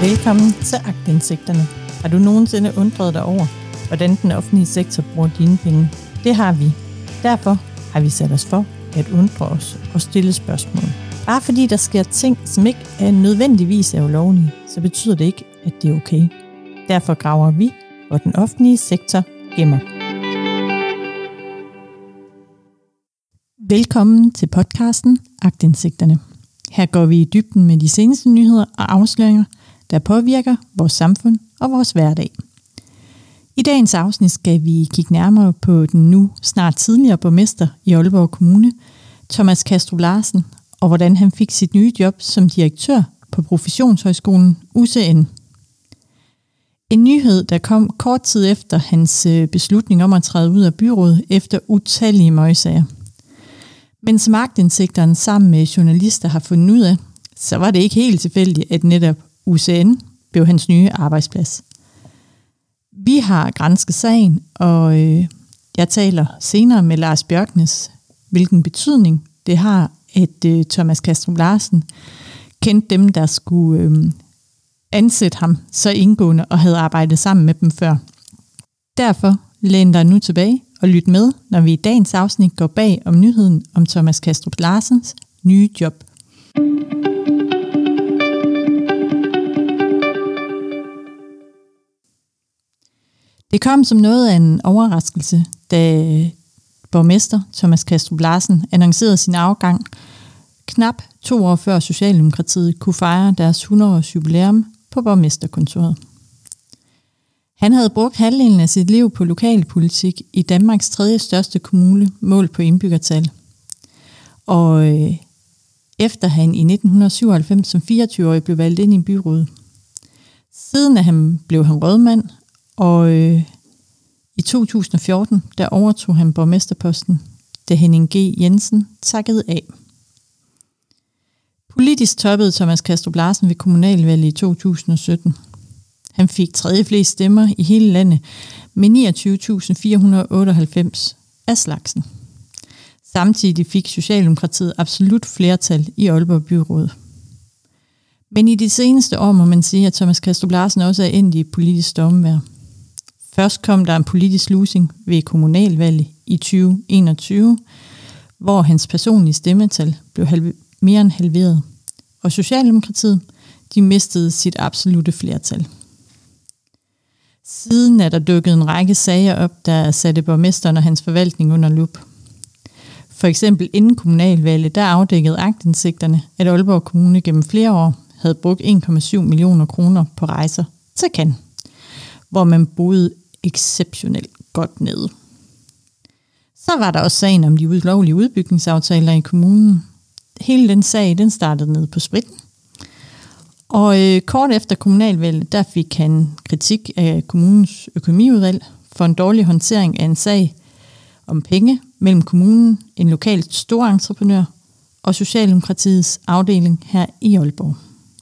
Velkommen til Aktindsigterne. Har du nogensinde undret dig over, hvordan den offentlige sektor bruger dine penge? Det har vi. Derfor har vi sat os for at undre os og stille spørgsmål. Bare fordi der sker ting, som ikke er nødvendigvis er ulovlige, så betyder det ikke, at det er okay. Derfor graver vi, hvor den offentlige sektor gemmer. Velkommen til podcasten Aktindsigterne. Her går vi i dybden med de seneste nyheder og afsløringer, der påvirker vores samfund og vores hverdag. I dagens afsnit skal vi kigge nærmere på den nu snart tidligere borgmester i Aalborg Kommune, Thomas Kastrup Larsen, og hvordan han fik sit nye job som direktør på Professionshøjskolen UCN. En nyhed, der kom kort tid efter hans beslutning om at træde ud af byrådet efter utallige møgsager. Men som aktindsigterne sammen med journalister har fundet ud af, så var det ikke helt tilfældigt, at netop UCN blev hans nye arbejdsplads. Vi har gransket sagen, og jeg taler senere med Lars Bjørknes, hvilken betydning det har, at Thomas Kastrup Larsen kendte dem, der skulle ansætte ham så indgående og havde arbejdet sammen med dem før. Derfor læn dig nu tilbage og lyt med, når vi i dagens afsnit går bag om nyheden om Thomas Kastrup Larsens nye job. Det kom som noget af en overraskelse, da borgmester Thomas Kastrup Larsen annoncerede sin afgang knap 2 år før Socialdemokratiet kunne fejre deres 100-års jubilæum på borgmesterkontoret. Han havde brugt halvdelen af sit liv på lokalpolitik i Danmarks 3. største kommune, målt på indbyggertal. Og efter han i 1997 som 24-årig blev valgt ind i byrådet. Siden af ham blev han rådmand, og i 2014 der overtog han borgmesterposten, da Henning G. Jensen takkede af. Politisk toppede Thomas Kastrup Larsen ved kommunalvalget i 2017. Han fik 3. flest stemmer i hele landet med 29.498 af slagsen. Samtidig fik Socialdemokratiet absolut flertal i Aalborg Byråd. Men i de seneste år må man sige, at Thomas Kastrup Larsen også er endt i politisk stormvejr. Først kom der en politisk losing ved kommunalvalget i 2021, hvor hans personlige stemmetal blev mere end halveret, og Socialdemokratiet de mistede sit absolutte flertal. Siden er der dukket en række sager op, der satte borgmesteren og hans forvaltning under lup. For eksempel inden kommunalvalget, der afdækkede aktindsigterne, at Aalborg Kommune gennem flere år havde brugt 1,7 millioner kroner på rejser til Cannes, hvor man boede exceptionelt godt nede. Så var der også sagen om de ulovlige udbygningsaftaler i kommunen. Hele den sag, den startede nede på Spritten. Og kort efter kommunalvalget, der fik han kritik af kommunens økonomiudvalg for en dårlig håndtering af en sag om penge mellem kommunen, en lokal storentreprenør og Socialdemokratiets afdeling her i Aalborg.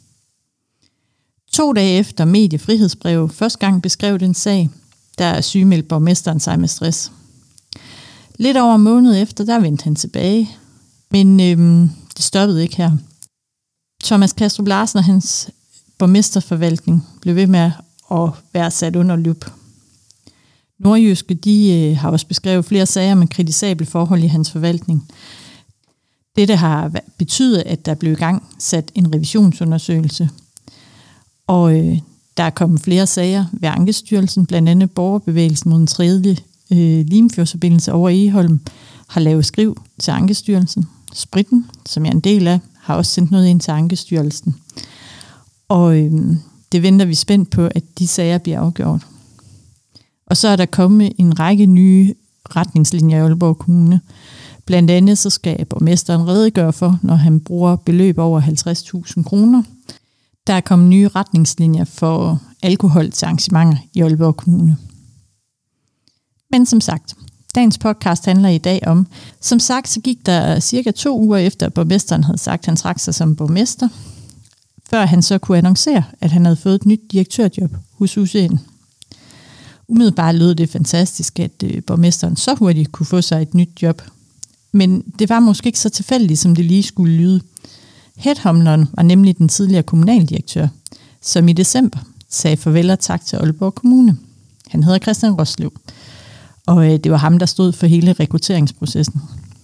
2 dage efter mediefrihedsbrev første gang beskrev den sag, der sygemeldte borgmesteren sig med stress. Lidt over en måned efter, der vendte han tilbage, men det stoppede ikke her. Thomas Kastrup Larsen og hans borgmesterforvaltning blev ved med at være sat under lup. Nordjyske, de har også beskrevet flere sager med kritisable forhold i hans forvaltning. Dette har betydet, at der blev i gang sat en revisionsundersøgelse. Og der er kommet flere sager ved Ankestyrelsen, blandt andet borgerbevægelsen mod den 3. Limfjordsforbindelse over Egholm, har lavet skriv til Ankestyrelsen. Spritten, som jeg er en del af, har også sendt noget ind til Ankestyrelsen. Og det venter vi spændt på, at de sager bliver afgjort. Og så er der kommet en række nye retningslinjer i Aalborg Kommune. Blandt andet så skal borgmesteren redegøre for, når han bruger beløb over 50.000 kroner. Der er kommet nye retningslinjer for alkohol til arrangementer i Aalborg Kommune. Men som sagt, dagens podcast handler i dag om, som sagt, så gik der cirka 2 uger efter, at borgmesteren havde sagt, at han trak sig som borgmester, før han så kunne annoncere, at han havde fået et nyt direktørjob hos UCN. Umiddelbart lød det fantastisk, at borgmesteren så hurtigt kunne få sig et nyt job. Men det var måske ikke så tilfældigt, som det lige skulle lyde. Headhunteren var nemlig den tidligere kommunaldirektør, som i december sagde farvel og tak til Aalborg Kommune. Han hedder Christian Roslev, og det var ham, der stod for hele rekrutteringsprocessen.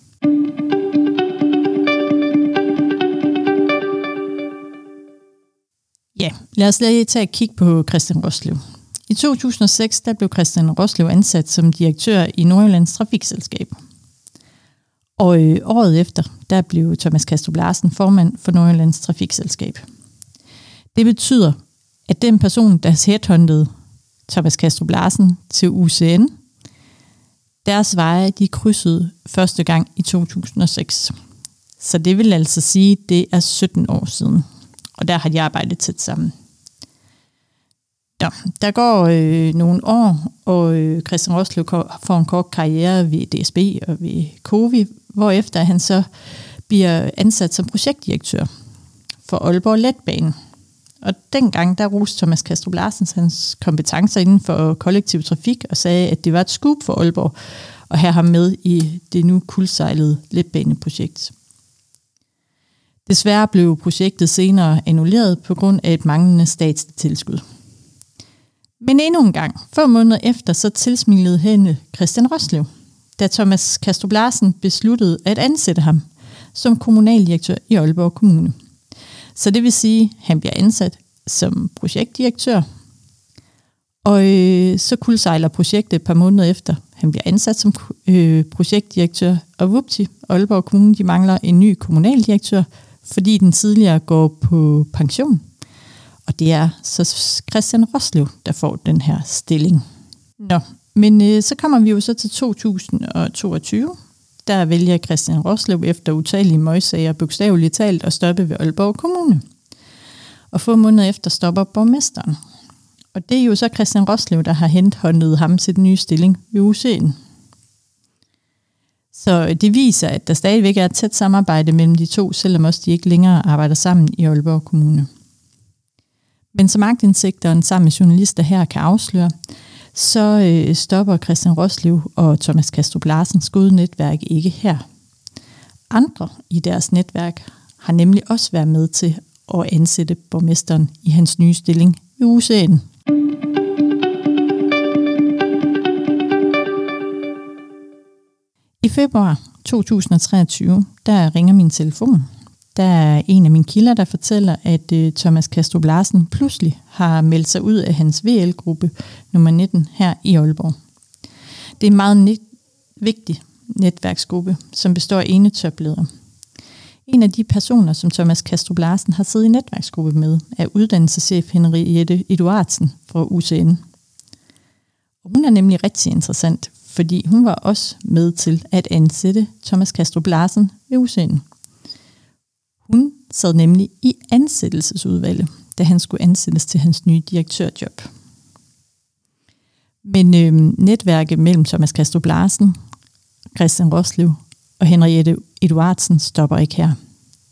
Ja, lad os lige tage et kig på Christian Roslev. I 2006 der blev Christian Roslev ansat som direktør i Nordjyllands Trafikselskab. Og året efter, der blev Thomas Kastrup Larsen formand for Nordjyllands Trafikselskab. Det betyder, at den person, der headhuntede Thomas Kastrup Larsen til UCN, deres veje, de krydsede første gang i 2006. Så det vil altså sige, at det er 17 år siden. Og der har de arbejdet tæt sammen. Ja, der går nogle år, og Christian Roslev får en kort karriere ved DSB og ved Cowi, hvorefter han så bliver ansat som projektdirektør for Aalborg Letbane. Og dengang der roste Thomas Kastrup Larsen hans kompetencer inden for kollektiv trafik og sagde, at det var et scoop for Aalborg at have ham med i det nu kuldsejlede letbaneprojekt. Desværre blev projektet senere annulleret på grund af et manglende statsligt tilskud. Men endnu en gang, få måneder efter, så tilsmilede hende Christian Roslev, da Thomas Kastrup Larsen besluttede at ansætte ham som kommunaldirektør i Aalborg Kommune. Så det vil sige, at han bliver ansat som projektdirektør, og så kuldsejler projektet et par måneder efter. Han bliver ansat som projektdirektør, og vupti, Aalborg Kommune de mangler en ny kommunaldirektør, fordi den tidligere går på pension. Og det er så Christian Roslev, der får den her stilling. Nå, men så kommer vi jo så til 2022. Der vælger Christian Roslev efter utallige møgsager bogstaveligt talt at stoppe ved Aalborg Kommune. Og få måneder efter stopper borgmesteren. Og det er jo så Christian Roslev, der har henthåndet ham til den nye stilling ved UCN. Så det viser, at der stadigvæk er et tæt samarbejde mellem de to, selvom også de ikke længere arbejder sammen i Aalborg Kommune. Men som aktindsigteren sammen med journalister her kan afsløre, så stopper Christian Roslev og Thomas Kastrup Larsens gode netværk ikke her. Andre i deres netværk har nemlig også været med til at ansætte borgmesteren i hans nye stilling ved UCN. I februar 2023, der ringer min telefon. Der er en af mine kilder, der fortæller, at Thomas Kastrup Larsen pludselig har meldt sig ud af hans VL-gruppe nummer 19 her i Aalborg. Det er en meget vigtig netværksgruppe, som består af enetopledere. En af de personer, som Thomas Kastrup Larsen har siddet i netværksgruppe med, er uddannelseschef Henriette Eduardsen fra UCN. Og hun er nemlig rigtig interessant, fordi hun var også med til at ansætte Thomas Kastrup Larsen ved UCN. Hun sad nemlig i ansættelsesudvalget, da han skulle ansættes til hans nye direktørjob. Men netværket mellem Thomas Kastrup Larsen, Christian Roslev og Henriette Eduardsen stopper ikke her.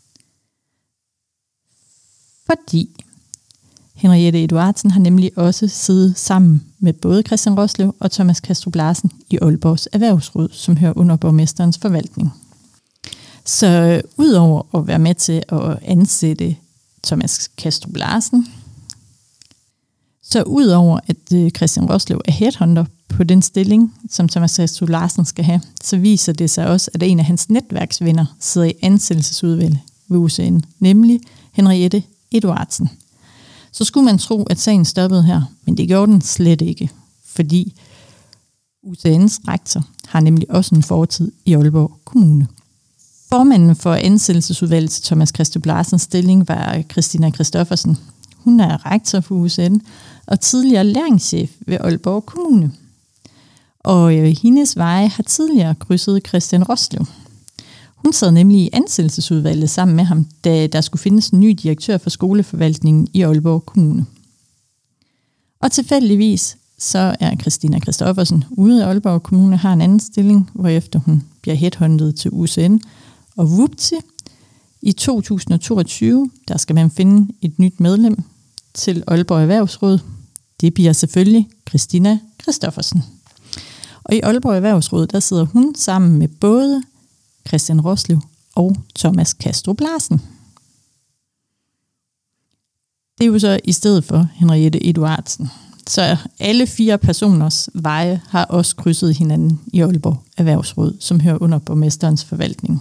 Fordi Henriette Eduardsen har nemlig også siddet sammen med både Christian Roslev og Thomas Kastrup Larsen i Aalborgs Erhvervsråd, som hører under borgmesterens forvaltning. Så udover at være med til at ansætte Thomas Kastrup Larsen, så udover at Christian Roslev er headhunter på den stilling, som Thomas Kastrup Larsen skal have, så viser det sig også, at en af hans netværksvenner sidder i ansættelsesudvalget ved UCN, nemlig Henriette Eduardsen. Så skulle man tro, at sagen stoppede her, men det gjorde den slet ikke, fordi UCN's rektor har nemlig også en fortid i Aalborg Kommune. Formanden for ansættelsesudvalget til Thomas Kastrup Larsens stilling var Christina Christoffersen. Hun er rektor for UCN og tidligere læringschef ved Aalborg Kommune. Og hendes veje har tidligere krydset Christian Roslev. Hun sad nemlig i ansættelsesudvalget sammen med ham, da der skulle findes en ny direktør for skoleforvaltningen i Aalborg Kommune. Og tilfældigvis så er Christina Christoffersen ude af Aalborg Kommune, har en anden stilling, hvorefter hun bliver headhuntet til UCN. Og vupti, i 2022, der skal man finde et nyt medlem til Aalborg Erhvervsråd. Det bliver selvfølgelig Christina Christoffersen. Og i Aalborg Erhvervsråd, der sidder hun sammen med både Christian Roslev og Thomas Kastrup Larsen. Det er jo så i stedet for Henriette Eduardsen. Så alle 4 personers veje har også krydset hinanden i Aalborg Erhvervsråd, som hører under borgmesterens forvaltning.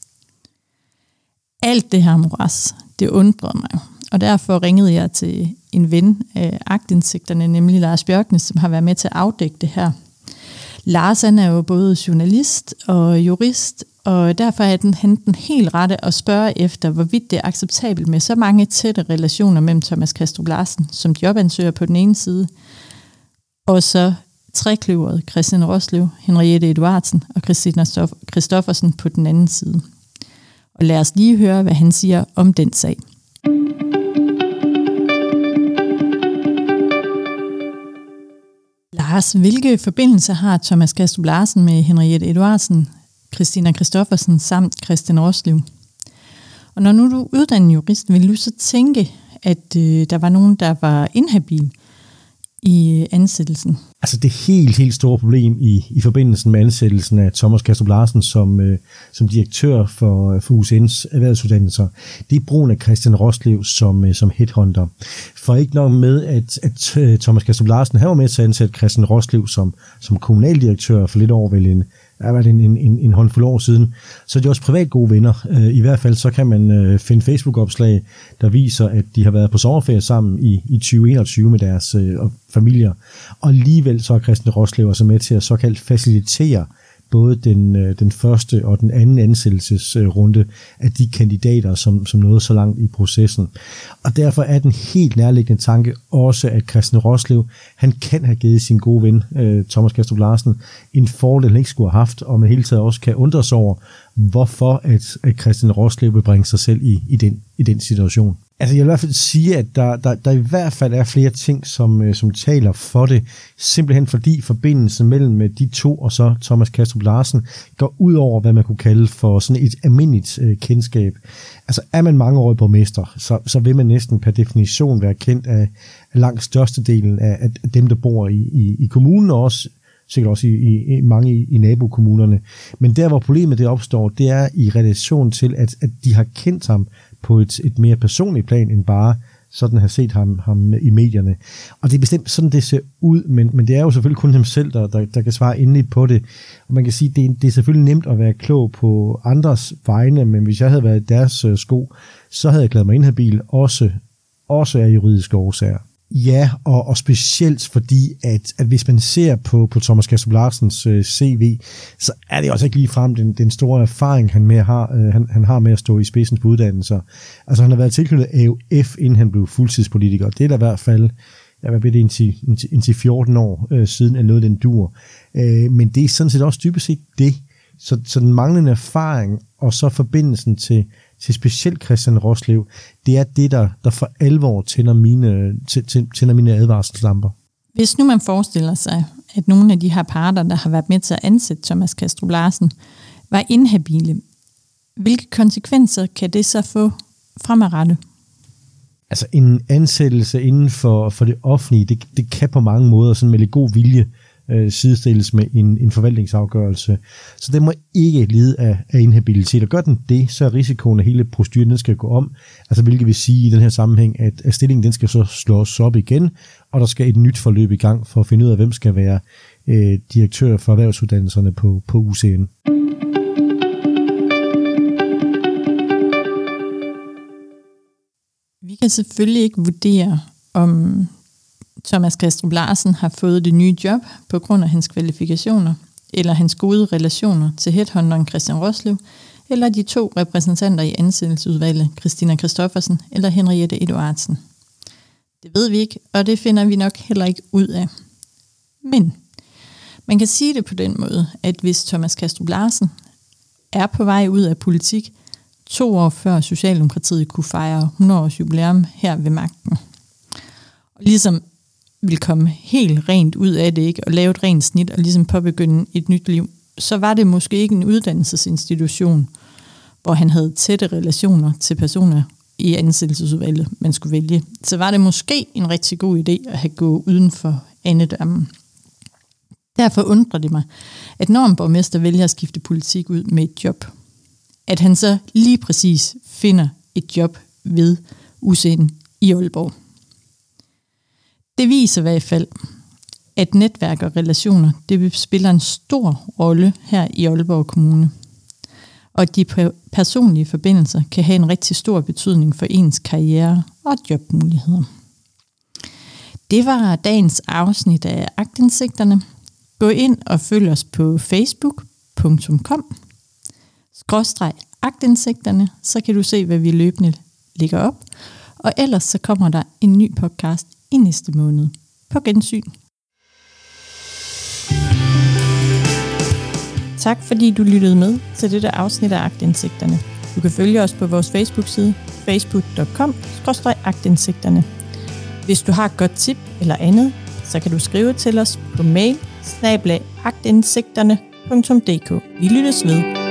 Alt det her moras, det undrede mig, og derfor ringede jeg til en ven af aktindsigterne, nemlig Lars Bjørknes, som har været med til at afdække det her. Lars han er jo både journalist og jurist, og derfor er han den helt rette at spørge efter, hvorvidt det er acceptabelt med så mange tætte relationer mellem Thomas Kastrup Larsen som jobansøger på den ene side, og så trekløveret Christian Roslev, Henriette Eduardsen og Christina Christoffersen på den anden side. Og lad os lige høre, hvad han siger om den sag. Lars, hvilke forbindelser har Thomas Kastrup Larsen med Henriette Eduardsen, Christina Christoffersen samt Christian Roslev? Og når nu du er uddannet jurist, vil du så tænke, at der var nogen, der var inhabil i ansættelsen? Altså det helt store problem i forbindelsen med ansættelsen af Thomas Kastrup Larsen som direktør for UCN's erhvervsuddannelser, det er brugen af Christian Roslev som headhunter. For ikke nok med, at Thomas Kastrup Larsen var med til at ansætte Christian Roslev som kommunaldirektør for lidt over vel en håndfuld år siden, så er de også privat gode venner. I hvert fald så kan man finde Facebook-opslag, der viser, at de har været på sommerferie sammen i 2021 med deres familier. Og alligevel så er Christian Roslev også med til at såkaldt facilitere både den første og den anden ansættelsesrunde af de kandidater, som nåede så langt i processen. Og derfor er den helt nærliggende tanke også, at Christian Roslev, han kan have givet sin gode ven, Thomas Kastrup Larsen, en fordel, han ikke skulle have haft, og man hele tiden også kan undre sig over, hvorfor at Christian Roslev vil bringe sig selv i den situation. Altså jeg vil i hvert fald sige, at der i hvert fald er flere ting, som taler for det, simpelthen fordi forbindelsen mellem de to og så Thomas Kastrup Larsen går ud over, hvad man kunne kalde for sådan et almindeligt kendskab. Altså er man mangeårig borgmester, så vil man næsten per definition være kendt af langt størstedelen af dem, der bor i kommunen, og også sikkert også i mange i nabokommunerne. Men der, hvor problemet det opstår, det er i relation til, at de har kendt ham på et mere personligt plan, end bare sådan har set ham i medierne. Og det er bestemt sådan, det ser ud, men det er jo selvfølgelig kun dem selv, der kan svare endeligt på det. Og man kan sige, det er selvfølgelig nemt at være klog på andres vegne, men hvis jeg havde været i deres sko, så havde jeg glædet mig inhabil, også af juridiske årsager. Ja, og specielt fordi, at hvis man ser på Thomas Kastrup Larsens CV, så er det også ikke ligefrem den store erfaring, han har med at stå i spidsen på uddannelser. Altså han har været tilknyttet AUF, inden han blev fuldtidspolitiker. Det er da i hvert fald, jeg ved det indtil 14 år siden, at noget den dur. Men det er sådan set også dybest set det. Så den manglende erfaring, og så forbindelsen til specielt Christian Roslev, det er det, der for alvor tænder mine advarselslamper. Hvis nu man forestiller sig, at nogle af de her parter, der har været med til at ansætte Thomas Kastrup Larsen, var inhabile, hvilke konsekvenser kan det så få fremadrettet? Altså en ansættelse inden for det offentlige, det kan på mange måder sådan med lidt god vilje sidestilles med en forvaltningsafgørelse. Så den må ikke lide af inhabilitet. Og gør den det, så er risikoen, at hele proceduren den skal gå om. Altså hvilket vil sige i den her sammenhæng, at stillingen den skal så slås op igen, og der skal et nyt forløb i gang for at finde ud af, hvem skal være direktør for erhvervsuddannelserne på UCN. Vi kan selvfølgelig ikke vurdere, om Thomas Kastrup Larsen har fået det nye job på grund af hans kvalifikationer, eller hans gode relationer til headhunteren Christian Roslev, eller de 2 repræsentanter i ansættelsesudvalget, Christina Christoffersen eller Henriette Eduardsen. Det ved vi ikke, og det finder vi nok heller ikke ud af. Men man kan sige det på den måde, at hvis Thomas Kastrup Larsen er på vej ud af politik, 2 år før Socialdemokratiet kunne fejre 100-års jubilæum her ved magten, og ligesom ville komme helt rent ud af det, ikke, og lave et rent snit og ligesom påbegynde et nyt liv, så var det måske ikke en uddannelsesinstitution, hvor han havde tætte relationer til personer i ansættelsesudvalget, man skulle vælge. Så var det måske en rigtig god idé at have gået uden for andedammen. Derfor undrer det mig, at når en borgmester vælger at skifte politik ud med et job, at han så lige præcis finder et job ved UCN i Aalborg. Det viser i hvert fald, at netværk og relationer, det spiller en stor rolle her i Aalborg Kommune. Og at de personlige forbindelser kan have en rigtig stor betydning for ens karriere og jobmuligheder. Det var dagens afsnit af Aktindsigterne. Gå ind og følg os på facebook.com/aktindsigterne, så kan du se, hvad vi løbende lægger op. Og ellers så kommer der en ny podcast i næste måned. På gensyn. Tak fordi du lyttede med til dette afsnit af Aktindsigterne. Du kan følge os på vores Facebook-side, facebook.com/aktindsigterne. Hvis du har et godt tip eller andet, så kan du skrive til os på mail @aktindsigterne.dk. Vi lyttes ved.